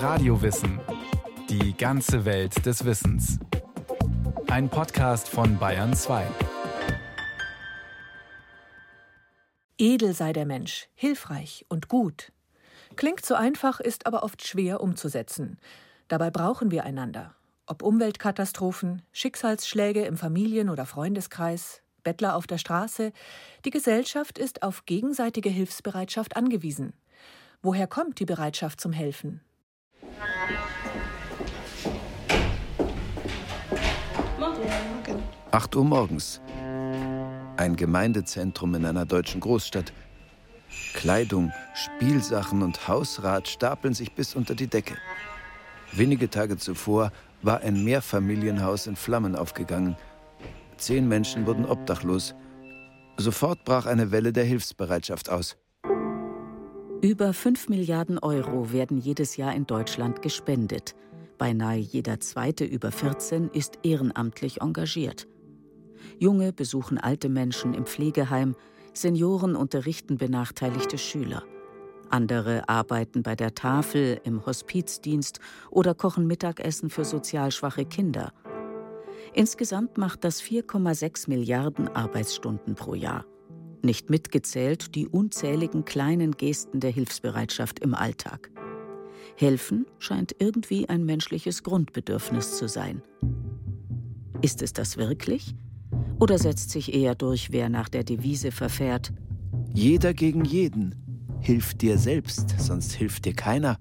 Radiowissen. Die ganze Welt des Wissens. Ein Podcast von Bayern 2. Edel sei der Mensch, hilfreich und gut. Klingt so einfach, ist aber oft schwer umzusetzen. Dabei brauchen wir einander. Ob Umweltkatastrophen, Schicksalsschläge im Familien- oder Freundeskreis, Bettler auf der Straße, die Gesellschaft ist auf gegenseitige Hilfsbereitschaft angewiesen. Woher kommt die Bereitschaft zum Helfen? Morgen. 8 Uhr morgens. Ein Gemeindezentrum in einer deutschen Großstadt. Kleidung, Spielsachen und Hausrat stapeln sich bis unter die Decke. Wenige Tage zuvor war ein Mehrfamilienhaus in Flammen aufgegangen. 10 Menschen wurden obdachlos. Sofort brach eine Welle der Hilfsbereitschaft aus. Über 5 Milliarden Euro werden jedes Jahr in Deutschland gespendet. Beinahe jeder Zweite über 14 ist ehrenamtlich engagiert. Junge besuchen alte Menschen im Pflegeheim, Senioren unterrichten benachteiligte Schüler. Andere arbeiten bei der Tafel, im Hospizdienst oder kochen Mittagessen für sozial schwache Kinder. Insgesamt macht das 4,6 Milliarden Arbeitsstunden pro Jahr. Nicht mitgezählt die unzähligen kleinen Gesten der Hilfsbereitschaft im Alltag. Helfen scheint irgendwie ein menschliches Grundbedürfnis zu sein. Ist es das wirklich? Oder setzt sich eher durch, wer nach der Devise verfährt: Jeder gegen jeden. Hilf dir selbst, sonst hilft dir keiner.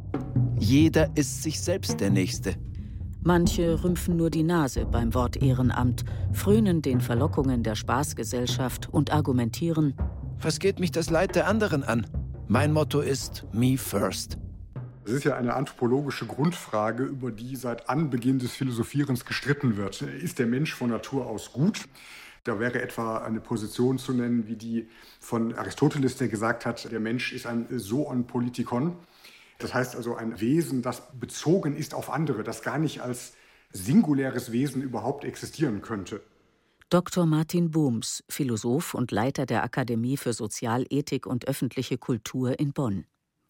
Jeder ist sich selbst der Nächste. Manche rümpfen nur die Nase beim Wort Ehrenamt, frönen den Verlockungen der Spaßgesellschaft und argumentieren: Was geht mich das Leid der anderen an? Mein Motto ist Me First. Es ist ja eine anthropologische Grundfrage, über die seit Anbeginn des Philosophierens gestritten wird. Ist der Mensch von Natur aus gut? Da wäre etwa eine Position zu nennen wie die von Aristoteles, der gesagt hat, der Mensch ist ein Zoon Politikon. Das heißt also ein Wesen, das bezogen ist auf andere, das gar nicht als singuläres Wesen überhaupt existieren könnte. Dr. Martin Booms, Philosoph und Leiter der Akademie für Sozialethik und öffentliche Kultur in Bonn.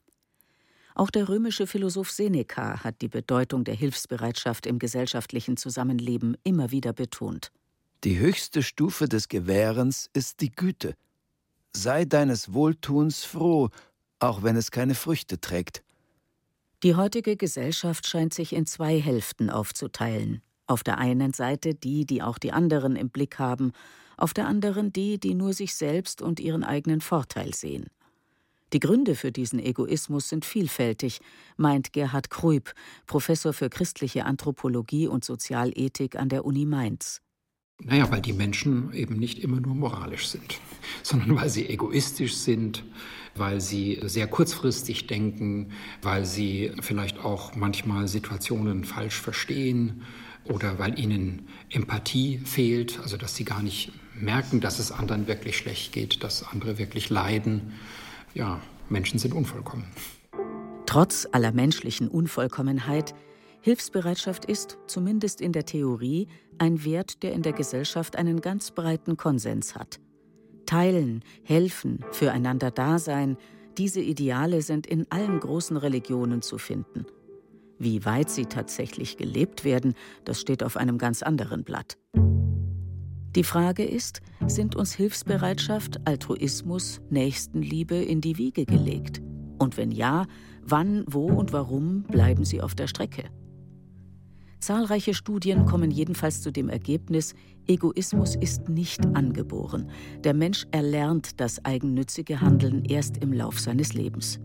Auch der römische Philosoph Seneca hat die Bedeutung der Hilfsbereitschaft im gesellschaftlichen Zusammenleben immer wieder betont. Die höchste Stufe des Gewährens ist die Güte. Sei deines Wohltuns froh, auch wenn es keine Früchte trägt. Die heutige Gesellschaft scheint sich in 2 Hälften aufzuteilen. Auf der einen Seite die auch die anderen im Blick haben, auf der anderen die nur sich selbst und ihren eigenen Vorteil sehen. Die Gründe für diesen Egoismus sind vielfältig, meint Gerhard Kruip, Professor für christliche Anthropologie und Sozialethik an der Uni Mainz. Weil die Menschen eben nicht immer nur moralisch sind, sondern weil sie egoistisch sind, weil sie sehr kurzfristig denken, weil sie vielleicht auch manchmal Situationen falsch verstehen oder weil ihnen Empathie fehlt, also dass sie gar nicht merken, dass es anderen wirklich schlecht geht, dass andere wirklich leiden. Ja, Menschen sind unvollkommen. Trotz aller menschlichen Unvollkommenheit, Hilfsbereitschaft ist, zumindest in der Theorie, ein Wert, der in der Gesellschaft einen ganz breiten Konsens hat. Teilen, helfen, füreinander da sein, diese Ideale sind in allen großen Religionen zu finden. Wie weit sie tatsächlich gelebt werden, das steht auf einem ganz anderen Blatt. Die Frage ist, sind uns Hilfsbereitschaft, Altruismus, Nächstenliebe in die Wiege gelegt? Und wenn ja, wann, wo und warum bleiben sie auf der Strecke? Zahlreiche Studien kommen jedenfalls zu dem Ergebnis, Egoismus ist nicht angeboren. Der Mensch erlernt das eigennützige Handeln erst im Lauf seines Lebens.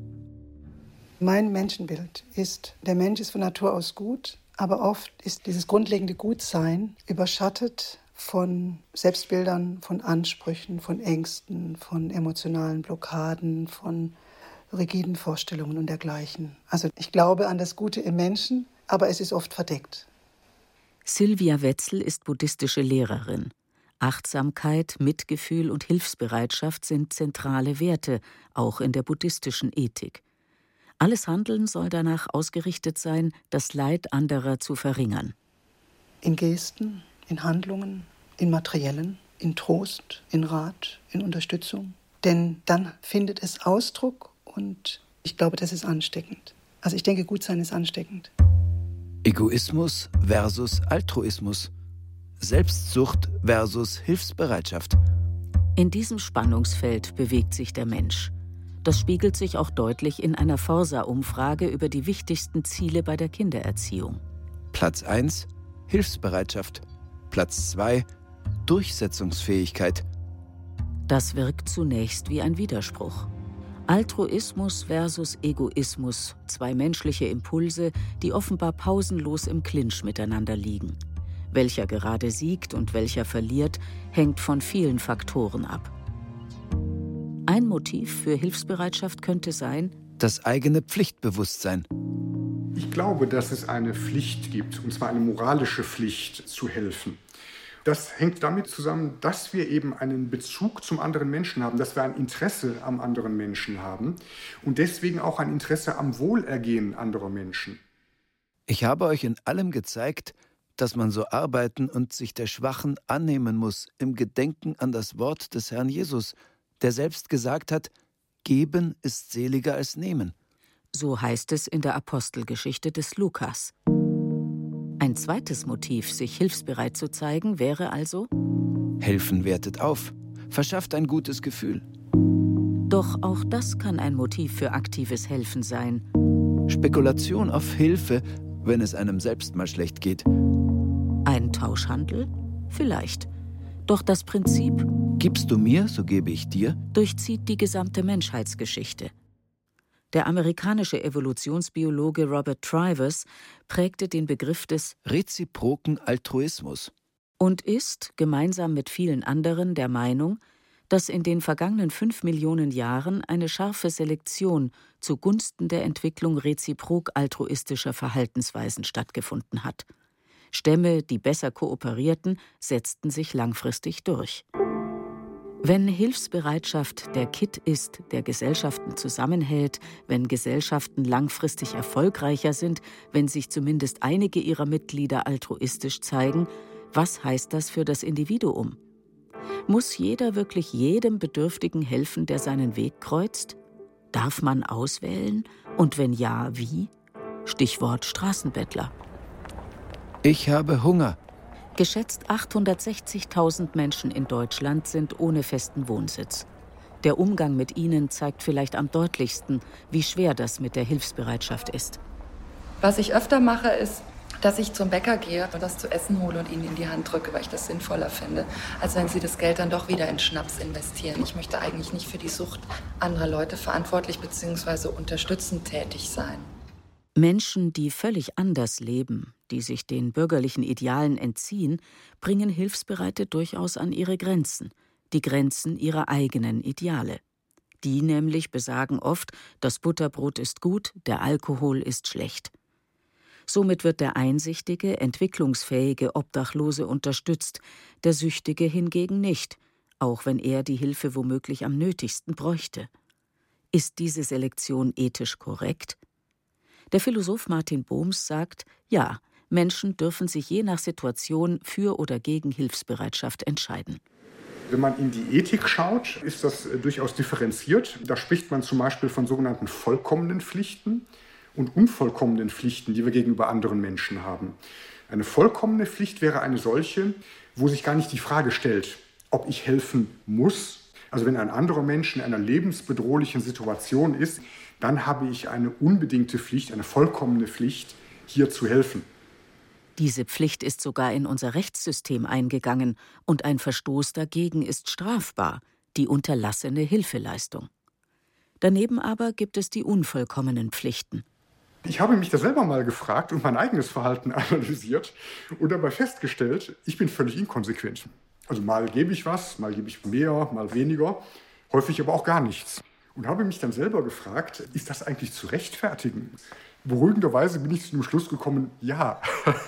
Mein Menschenbild ist, der Mensch ist von Natur aus gut, aber oft ist dieses grundlegende Gutsein überschattet von Selbstbildern, von Ansprüchen, von Ängsten, von emotionalen Blockaden, von rigiden Vorstellungen und dergleichen. Also ich glaube an das Gute im Menschen, aber es ist oft verdeckt. Silvia Wetzel ist buddhistische Lehrerin. Achtsamkeit, Mitgefühl und Hilfsbereitschaft sind zentrale Werte, auch in der buddhistischen Ethik. Alles Handeln soll danach ausgerichtet sein, das Leid anderer zu verringern. In Gesten, in Handlungen, in Materiellen, in Trost, in Rat, in Unterstützung. Denn dann findet es Ausdruck und ich glaube, das ist ansteckend. Also ich denke, Gutsein ist ansteckend. Egoismus versus Altruismus. Selbstsucht versus Hilfsbereitschaft. In diesem Spannungsfeld bewegt sich der Mensch. Das spiegelt sich auch deutlich in einer Forsa-Umfrage über die wichtigsten Ziele bei der Kindererziehung. Platz 1 Hilfsbereitschaft. Platz 2 Durchsetzungsfähigkeit. Das wirkt zunächst wie ein Widerspruch. Altruismus versus Egoismus, zwei menschliche Impulse, die offenbar pausenlos im Clinch miteinander liegen. Welcher gerade siegt und welcher verliert, hängt von vielen Faktoren ab. Ein Motiv für Hilfsbereitschaft könnte sein: das eigene Pflichtbewusstsein. Ich glaube, dass es eine Pflicht gibt, und zwar eine moralische Pflicht, zu helfen. Das hängt damit zusammen, dass wir eben einen Bezug zum anderen Menschen haben, dass wir ein Interesse am anderen Menschen haben und deswegen auch ein Interesse am Wohlergehen anderer Menschen. Ich habe euch in allem gezeigt, dass man so arbeiten und sich der Schwachen annehmen muss, im Gedenken an das Wort des Herrn Jesus, der selbst gesagt hat, geben ist seliger als nehmen. So heißt es in der Apostelgeschichte des Lukas. Ein zweites Motiv, sich hilfsbereit zu zeigen, wäre also: helfen wertet auf, verschafft ein gutes Gefühl. Doch auch das kann ein Motiv für aktives Helfen sein. Spekulation auf Hilfe, wenn es einem selbst mal schlecht geht. Ein Tauschhandel? Vielleicht. Doch das Prinzip gibst du mir, so gebe ich dir, durchzieht die gesamte Menschheitsgeschichte. Der amerikanische Evolutionsbiologe Robert Trivers prägte den Begriff des reziproken Altruismus und ist, gemeinsam mit vielen anderen, der Meinung, dass in den vergangenen 5 Millionen Jahren eine scharfe Selektion zugunsten der Entwicklung reziprok altruistischer Verhaltensweisen stattgefunden hat. Stämme, die besser kooperierten, setzten sich langfristig durch. Wenn Hilfsbereitschaft der Kitt ist, der Gesellschaften zusammenhält, wenn Gesellschaften langfristig erfolgreicher sind, wenn sich zumindest einige ihrer Mitglieder altruistisch zeigen, was heißt das für das Individuum? Muss jeder wirklich jedem Bedürftigen helfen, der seinen Weg kreuzt? Darf man auswählen? Und wenn ja, wie? Stichwort Straßenbettler. Ich habe Hunger. Geschätzt 860.000 Menschen in Deutschland sind ohne festen Wohnsitz. Der Umgang mit ihnen zeigt vielleicht am deutlichsten, wie schwer das mit der Hilfsbereitschaft ist. Was ich öfter mache, ist, dass ich zum Bäcker gehe und das zu essen hole und ihnen in die Hand drücke, weil ich das sinnvoller finde, als wenn sie das Geld dann doch wieder in Schnaps investieren. Ich möchte eigentlich nicht für die Sucht anderer Leute verantwortlich bzw. unterstützend tätig sein. Menschen, die völlig anders leben, die sich den bürgerlichen Idealen entziehen, bringen Hilfsbereite durchaus an ihre Grenzen, die Grenzen ihrer eigenen Ideale. Die nämlich besagen oft, das Butterbrot ist gut, der Alkohol ist schlecht. Somit wird der einsichtige, entwicklungsfähige Obdachlose unterstützt, der Süchtige hingegen nicht, auch wenn er die Hilfe womöglich am nötigsten bräuchte. Ist diese Selektion ethisch korrekt? Der Philosoph Martin Bohms sagt, ja, Menschen dürfen sich je nach Situation für oder gegen Hilfsbereitschaft entscheiden. Wenn man in die Ethik schaut, ist das durchaus differenziert. Da spricht man zum Beispiel von sogenannten vollkommenen Pflichten und unvollkommenen Pflichten, die wir gegenüber anderen Menschen haben. Eine vollkommene Pflicht wäre eine solche, wo sich gar nicht die Frage stellt, ob ich helfen muss. Also wenn ein anderer Mensch in einer lebensbedrohlichen Situation ist, dann habe ich eine unbedingte Pflicht, eine vollkommene Pflicht, hier zu helfen. Diese Pflicht ist sogar in unser Rechtssystem eingegangen und ein Verstoß dagegen ist strafbar, die unterlassene Hilfeleistung. Daneben aber gibt es die unvollkommenen Pflichten. Ich habe mich da selber mal gefragt und mein eigenes Verhalten analysiert und dabei festgestellt, ich bin völlig inkonsequent. Also mal gebe ich was, mal gebe ich mehr, mal weniger, häufig aber auch gar nichts. Und habe mich dann selber gefragt, ist das eigentlich zu rechtfertigen? Beruhigenderweise bin ich zu dem Schluss gekommen, ja.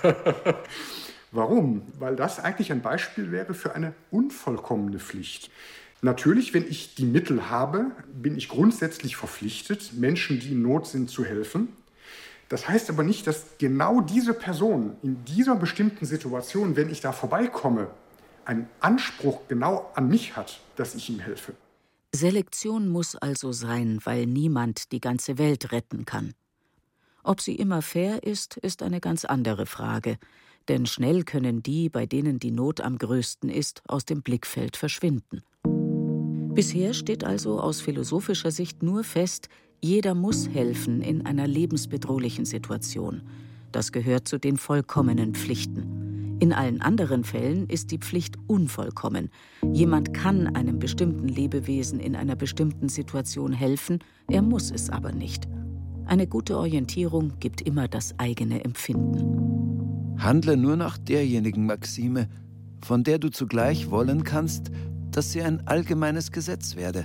Warum? Weil das eigentlich ein Beispiel wäre für eine unvollkommene Pflicht. Natürlich, wenn ich die Mittel habe, bin ich grundsätzlich verpflichtet, Menschen, die in Not sind, zu helfen. Das heißt aber nicht, dass genau diese Person in dieser bestimmten Situation, wenn ich da vorbeikomme, einen Anspruch genau an mich hat, dass ich ihm helfe. Selektion muss also sein, weil niemand die ganze Welt retten kann. Ob sie immer fair ist, ist eine ganz andere Frage. Denn schnell können die, bei denen die Not am größten ist, aus dem Blickfeld verschwinden. Bisher steht also aus philosophischer Sicht nur fest, jeder muss helfen in einer lebensbedrohlichen Situation. Das gehört zu den vollkommenen Pflichten. In allen anderen Fällen ist die Pflicht unvollkommen. Jemand kann einem bestimmten Lebewesen in einer bestimmten Situation helfen, er muss es aber nicht. Eine gute Orientierung gibt immer das eigene Empfinden. Handle nur nach derjenigen Maxime, von der du zugleich wollen kannst, dass sie ein allgemeines Gesetz werde.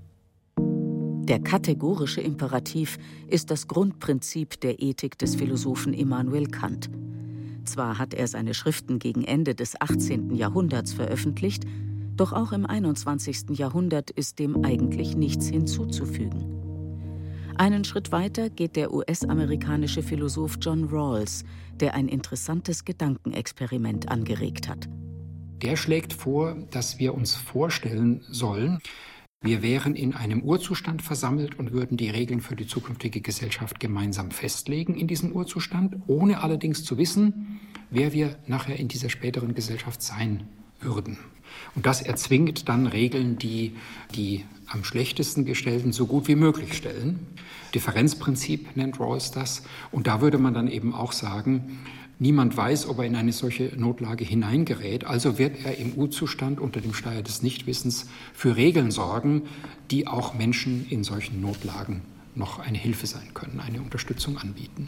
Der kategorische Imperativ ist das Grundprinzip der Ethik des Philosophen Immanuel Kant. Zwar hat er seine Schriften gegen Ende des 18. Jahrhunderts veröffentlicht, doch auch im 21. Jahrhundert ist dem eigentlich nichts hinzuzufügen. Einen Schritt weiter geht der US-amerikanische Philosoph John Rawls, der ein interessantes Gedankenexperiment angeregt hat. Der schlägt vor, dass wir uns vorstellen sollen, wir wären in einem Urzustand versammelt und würden die Regeln für die zukünftige Gesellschaft gemeinsam festlegen in diesem Urzustand, ohne allerdings zu wissen, wer wir nachher in dieser späteren Gesellschaft sein würden. Und das erzwingt dann Regeln, die am schlechtesten Gestellten so gut wie möglich stellen. Differenzprinzip nennt Rawls das. Und da würde man dann eben auch sagen, niemand weiß, ob er in eine solche Notlage hineingerät. Also wird er im U-Zustand unter dem Schleier des Nichtwissens für Regeln sorgen, die auch Menschen in solchen Notlagen noch eine Hilfe sein können, eine Unterstützung anbieten.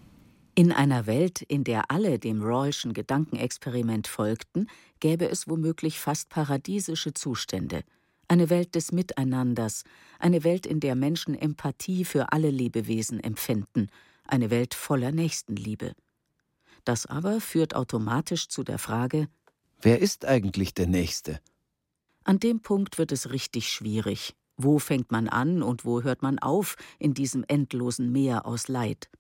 In einer Welt, in der alle dem Rawlschen Gedankenexperiment folgten, gäbe es womöglich fast paradiesische Zustände. Eine Welt des Miteinanders, eine Welt, in der Menschen Empathie für alle Lebewesen empfinden, eine Welt voller Nächstenliebe. Das aber führt automatisch zu der Frage: Wer ist eigentlich der Nächste? An dem Punkt wird es richtig schwierig. Wo fängt man an und wo hört man auf in diesem endlosen Meer aus Leid?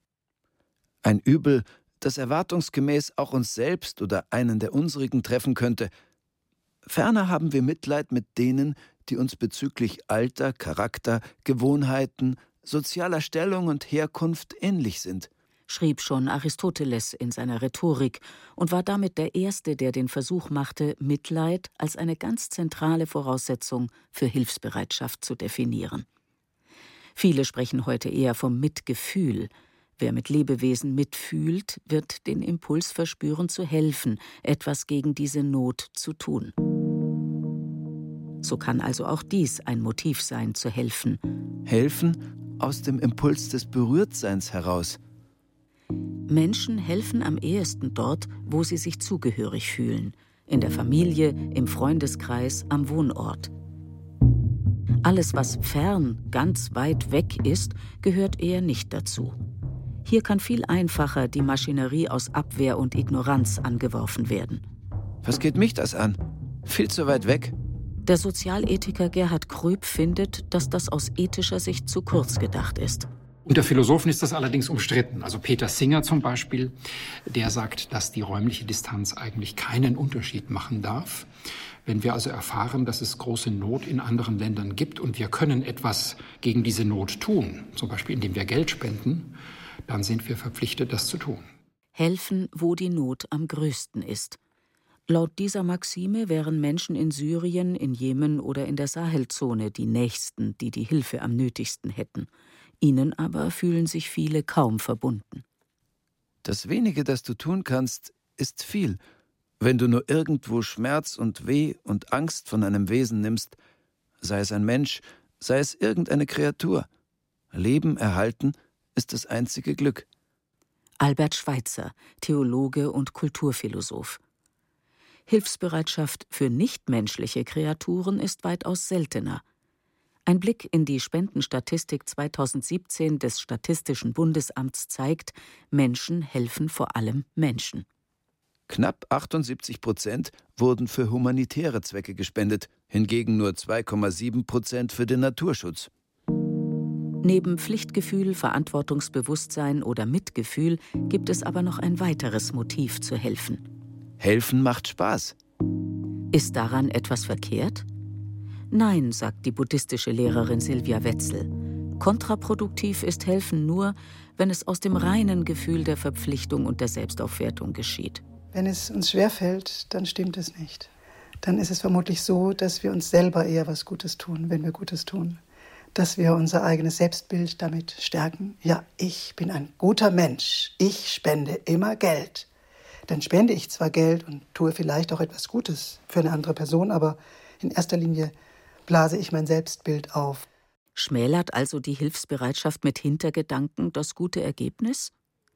Ein Übel, das erwartungsgemäß auch uns selbst oder einen der unsrigen treffen könnte. Ferner haben wir Mitleid mit denen, die uns bezüglich Alter, Charakter, Gewohnheiten, sozialer Stellung und Herkunft ähnlich sind, schrieb schon Aristoteles in seiner Rhetorik und war damit der Erste, der den Versuch machte, Mitleid als eine ganz zentrale Voraussetzung für Hilfsbereitschaft zu definieren. Viele sprechen heute eher vom Mitgefühl. Wer mit Lebewesen mitfühlt, wird den Impuls verspüren, zu helfen, etwas gegen diese Not zu tun. So kann also auch dies ein Motiv sein, zu helfen. Helfen aus dem Impuls des Berührtseins heraus. Menschen helfen am ehesten dort, wo sie sich zugehörig fühlen. In der Familie, im Freundeskreis, am Wohnort. Alles, was fern, ganz weit weg ist, gehört eher nicht dazu. Hier kann viel einfacher die Maschinerie aus Abwehr und Ignoranz angeworfen werden. Was geht mich das an? Viel zu weit weg. Der Sozialethiker Gerhard Kröp findet, dass das aus ethischer Sicht zu kurz gedacht ist. Unter Philosophen ist das allerdings umstritten. Also Peter Singer zum Beispiel, der sagt, dass die räumliche Distanz eigentlich keinen Unterschied machen darf. Wenn wir also erfahren, dass es große Not in anderen Ländern gibt und wir können etwas gegen diese Not tun, zum Beispiel indem wir Geld spenden, dann sind wir verpflichtet, das zu tun. Helfen, wo die Not am größten ist. Laut dieser Maxime wären Menschen in Syrien, in Jemen oder in der Sahelzone die Nächsten, die die Hilfe am nötigsten hätten. Ihnen aber fühlen sich viele kaum verbunden. Das Wenige, das du tun kannst, ist viel. Wenn du nur irgendwo Schmerz und Weh und Angst von einem Wesen nimmst, sei es ein Mensch, sei es irgendeine Kreatur. Leben erhalten ist das einzige Glück. Albert Schweitzer, Theologe und Kulturphilosoph. Hilfsbereitschaft für nichtmenschliche Kreaturen ist weitaus seltener. Ein Blick in die Spendenstatistik 2017 des Statistischen Bundesamts zeigt, Menschen helfen vor allem Menschen. Knapp 78% wurden für humanitäre Zwecke gespendet, hingegen nur 2,7% für den Naturschutz. Neben Pflichtgefühl, Verantwortungsbewusstsein oder Mitgefühl gibt es aber noch ein weiteres Motiv zu helfen. Helfen macht Spaß. Ist daran etwas verkehrt? Nein, sagt die buddhistische Lehrerin Silvia Wetzel. Kontraproduktiv ist Helfen nur, wenn es aus dem reinen Gefühl der Verpflichtung und der Selbstaufwertung geschieht. Wenn es uns schwerfällt, dann stimmt es nicht. Dann ist es vermutlich so, dass wir uns selber eher was Gutes tun, wenn wir Gutes tun. Dass wir unser eigenes Selbstbild damit stärken. Ja, ich bin ein guter Mensch. Ich spende immer Geld. Dann spende ich zwar Geld und tue vielleicht auch etwas Gutes für eine andere Person, aber in erster Linie blase ich mein Selbstbild auf. Schmälert also die Hilfsbereitschaft mit Hintergedanken das gute Ergebnis?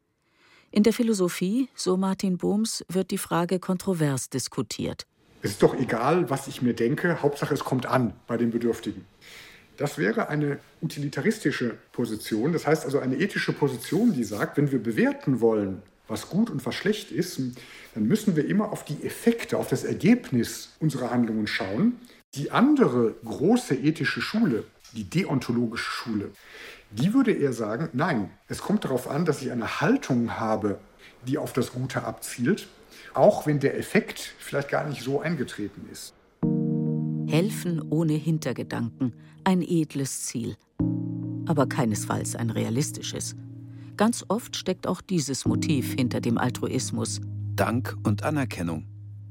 In der Philosophie, so Martin Bohms, wird die Frage kontrovers diskutiert. Es ist doch egal, was ich mir denke, Hauptsache es kommt an bei den Bedürftigen. Das wäre eine utilitaristische Position, das heißt also eine ethische Position, die sagt, wenn wir bewerten wollen, was gut und was schlecht ist, dann müssen wir immer auf die Effekte, auf das Ergebnis unserer Handlungen schauen. Die andere große ethische Schule, die deontologische Schule, die würde eher sagen, nein, es kommt darauf an, dass ich eine Haltung habe, die auf das Gute abzielt, auch wenn der Effekt vielleicht gar nicht so eingetreten ist. Helfen ohne Hintergedanken, ein edles Ziel, aber keinesfalls ein realistisches. Ganz oft steckt auch dieses Motiv hinter dem Altruismus. Dank und Anerkennung.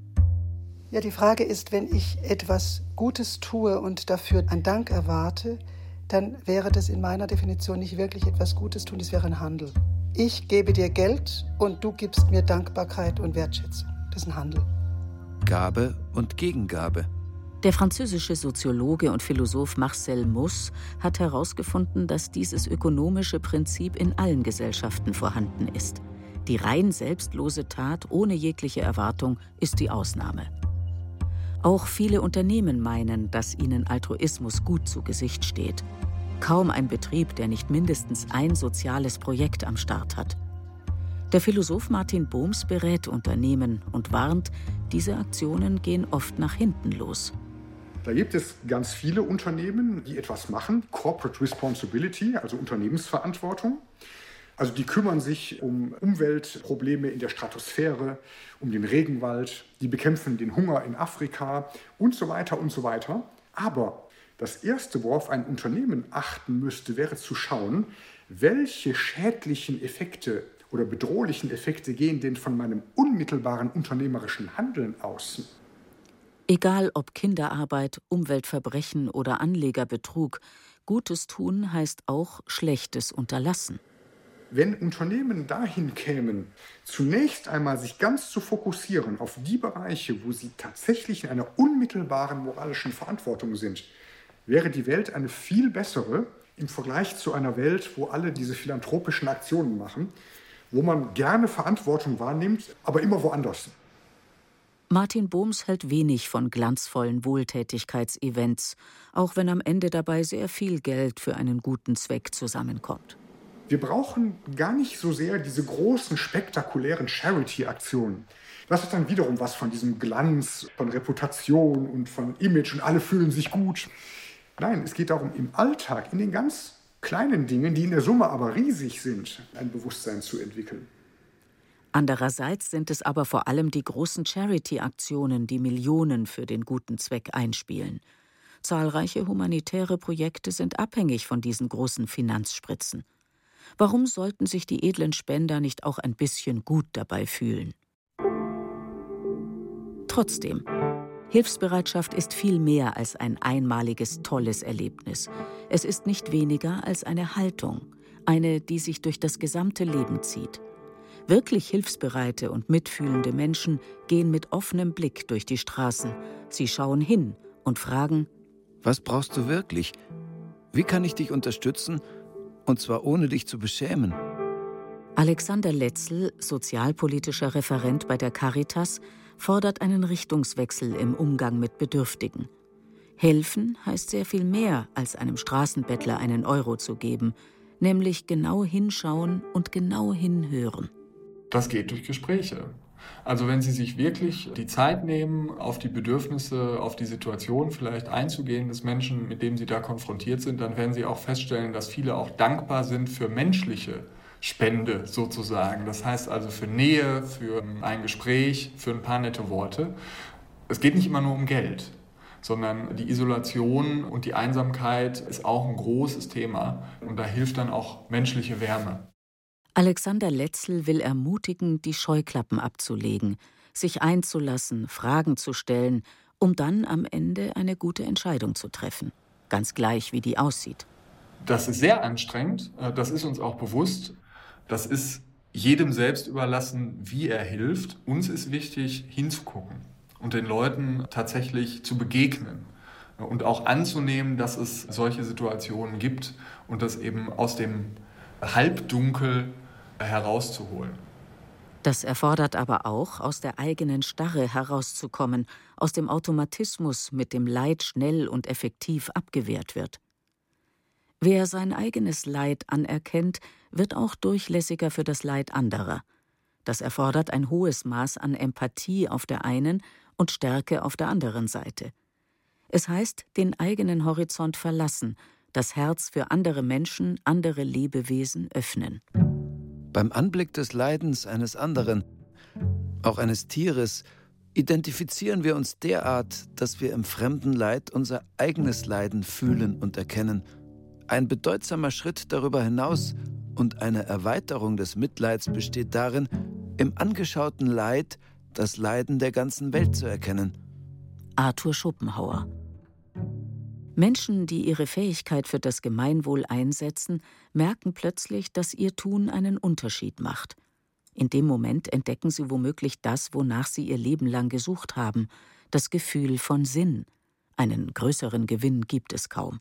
Ja, die Frage ist, wenn ich etwas Gutes tue und dafür einen Dank erwarte, dann wäre das in meiner Definition nicht wirklich etwas Gutes tun, das wäre ein Handel. Ich gebe dir Geld und du gibst mir Dankbarkeit und Wertschätzung. Das ist ein Handel. Gabe und Gegengabe. Der französische Soziologe und Philosoph Marcel Mauss hat herausgefunden, dass dieses ökonomische Prinzip in allen Gesellschaften vorhanden ist. Die rein selbstlose Tat ohne jegliche Erwartung ist die Ausnahme. Auch viele Unternehmen meinen, dass ihnen Altruismus gut zu Gesicht steht. Kaum ein Betrieb, der nicht mindestens ein soziales Projekt am Start hat. Der Philosoph Martin Bohms berät Unternehmen und warnt, diese Aktionen gehen oft nach hinten los. Da gibt es ganz viele Unternehmen, die etwas machen, Corporate Responsibility, also Unternehmensverantwortung. Also die kümmern sich um Umweltprobleme in der Stratosphäre, um den Regenwald, die bekämpfen den Hunger in Afrika und so weiter und so weiter. Aber das Erste, worauf ein Unternehmen achten müsste, wäre zu schauen, welche schädlichen Effekte oder bedrohlichen Effekte gehen denn von meinem unmittelbaren unternehmerischen Handeln aus. Egal ob Kinderarbeit, Umweltverbrechen oder Anlegerbetrug, Gutes tun heißt auch Schlechtes unterlassen. Wenn Unternehmen dahin kämen, zunächst einmal sich ganz zu fokussieren auf die Bereiche, wo sie tatsächlich in einer unmittelbaren moralischen Verantwortung sind, wäre die Welt eine viel bessere im Vergleich zu einer Welt, wo alle diese philanthropischen Aktionen machen, wo man gerne Verantwortung wahrnimmt, aber immer woanders. Martin Bohms hält wenig von glanzvollen Wohltätigkeitsevents, auch wenn am Ende dabei sehr viel Geld für einen guten Zweck zusammenkommt. Wir brauchen gar nicht so sehr diese großen, spektakulären Charity-Aktionen. Das hat dann wiederum was von diesem Glanz, von Reputation und von Image und alle fühlen sich gut. Nein, es geht darum, im Alltag, in den ganz kleinen Dingen, die in der Summe aber riesig sind, ein Bewusstsein zu entwickeln. Andererseits sind es aber vor allem die großen Charity-Aktionen, die Millionen für den guten Zweck einspielen. Zahlreiche humanitäre Projekte sind abhängig von diesen großen Finanzspritzen. Warum sollten sich die edlen Spender nicht auch ein bisschen gut dabei fühlen? Trotzdem, Hilfsbereitschaft ist viel mehr als ein einmaliges, tolles Erlebnis. Es ist nicht weniger als eine Haltung, eine, die sich durch das gesamte Leben zieht. Wirklich hilfsbereite und mitfühlende Menschen gehen mit offenem Blick durch die Straßen. Sie schauen hin und fragen: Was brauchst du wirklich? Wie kann ich dich unterstützen? Und zwar ohne dich zu beschämen. Alexander Letzel, sozialpolitischer Referent bei der Caritas, fordert einen Richtungswechsel im Umgang mit Bedürftigen. Helfen heißt sehr viel mehr, als einem Straßenbettler einen Euro zu geben, nämlich genau hinschauen und genau hinhören. Das geht durch Gespräche. Also wenn Sie sich wirklich die Zeit nehmen, auf die Bedürfnisse, auf die Situation vielleicht einzugehen des Menschen, mit dem Sie da konfrontiert sind, dann werden Sie auch feststellen, dass viele auch dankbar sind für menschliche Spende sozusagen. Das heißt also für Nähe, für ein Gespräch, für ein paar nette Worte. Es geht nicht immer nur um Geld, sondern die Isolation und die Einsamkeit ist auch ein großes Thema. Und da hilft dann auch menschliche Wärme. Alexander Letzel will ermutigen, die Scheuklappen abzulegen, sich einzulassen, Fragen zu stellen, um dann am Ende eine gute Entscheidung zu treffen. Ganz gleich, wie die aussieht. Das ist sehr anstrengend, das ist uns auch bewusst. Das ist jedem selbst überlassen, wie er hilft. Uns ist wichtig, hinzugucken und den Leuten tatsächlich zu begegnen und auch anzunehmen, dass es solche Situationen gibt und das eben aus dem Halbdunkel herauszuholen. Das erfordert aber auch, aus der eigenen Starre herauszukommen, aus dem Automatismus, mit dem Leid schnell und effektiv abgewehrt wird. Wer sein eigenes Leid anerkennt, wird auch durchlässiger für das Leid anderer. Das erfordert ein hohes Maß an Empathie auf der einen und Stärke auf der anderen Seite. Es heißt, den eigenen Horizont verlassen, das Herz für andere Menschen, andere Lebewesen öffnen. Beim Anblick des Leidens eines anderen, auch eines Tieres, identifizieren wir uns derart, dass wir im fremden Leid unser eigenes Leiden fühlen und erkennen. Ein bedeutsamer Schritt darüber hinaus und eine Erweiterung des Mitleids besteht darin, im angeschauten Leid das Leiden der ganzen Welt zu erkennen. Arthur Schopenhauer. Menschen, die ihre Fähigkeit für das Gemeinwohl einsetzen, merken plötzlich, dass ihr Tun einen Unterschied macht. In dem Moment entdecken sie womöglich das, wonach sie ihr Leben lang gesucht haben, das Gefühl von Sinn. Einen größeren Gewinn gibt es kaum.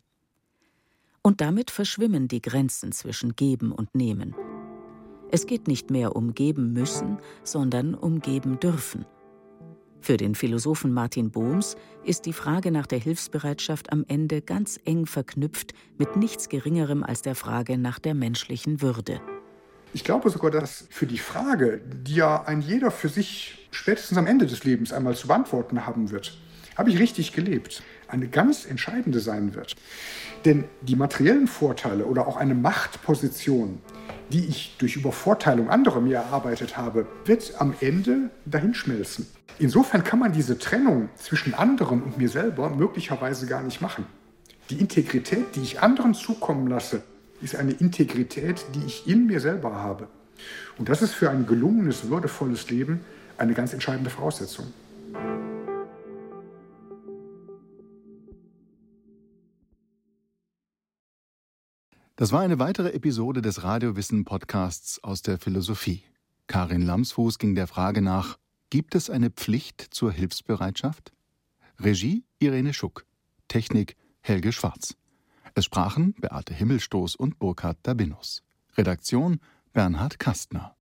Und damit verschwimmen die Grenzen zwischen Geben und Nehmen. Es geht nicht mehr um geben müssen, sondern um geben dürfen. Für den Philosophen Martin Bohms ist die Frage nach der Hilfsbereitschaft am Ende ganz eng verknüpft mit nichts Geringerem als der Frage nach der menschlichen Würde. Ich glaube sogar, dass für die Frage, die ja ein jeder für sich spätestens am Ende des Lebens einmal zu beantworten haben wird, habe ich richtig gelebt, eine ganz entscheidende sein wird. Denn die materiellen Vorteile oder auch eine Machtposition, die ich durch Übervorteilung anderer mir erarbeitet habe, wird am Ende dahinschmelzen. Insofern kann man diese Trennung zwischen anderen und mir selber möglicherweise gar nicht machen. Die Integrität, die ich anderen zukommen lasse, ist eine Integrität, die ich in mir selber habe. Und das ist für ein gelungenes, würdevolles Leben eine ganz entscheidende Voraussetzung. Das war eine weitere Episode des Radiowissen-Podcasts aus der Philosophie. Karin Lamsfuß ging der Frage nach: Gibt es eine Pflicht zur Hilfsbereitschaft? Regie Irene Schuck, Technik Helge Schwarz. Es sprachen Beate Himmelstoß und Burkhard Dabinus. Redaktion Bernhard Kastner.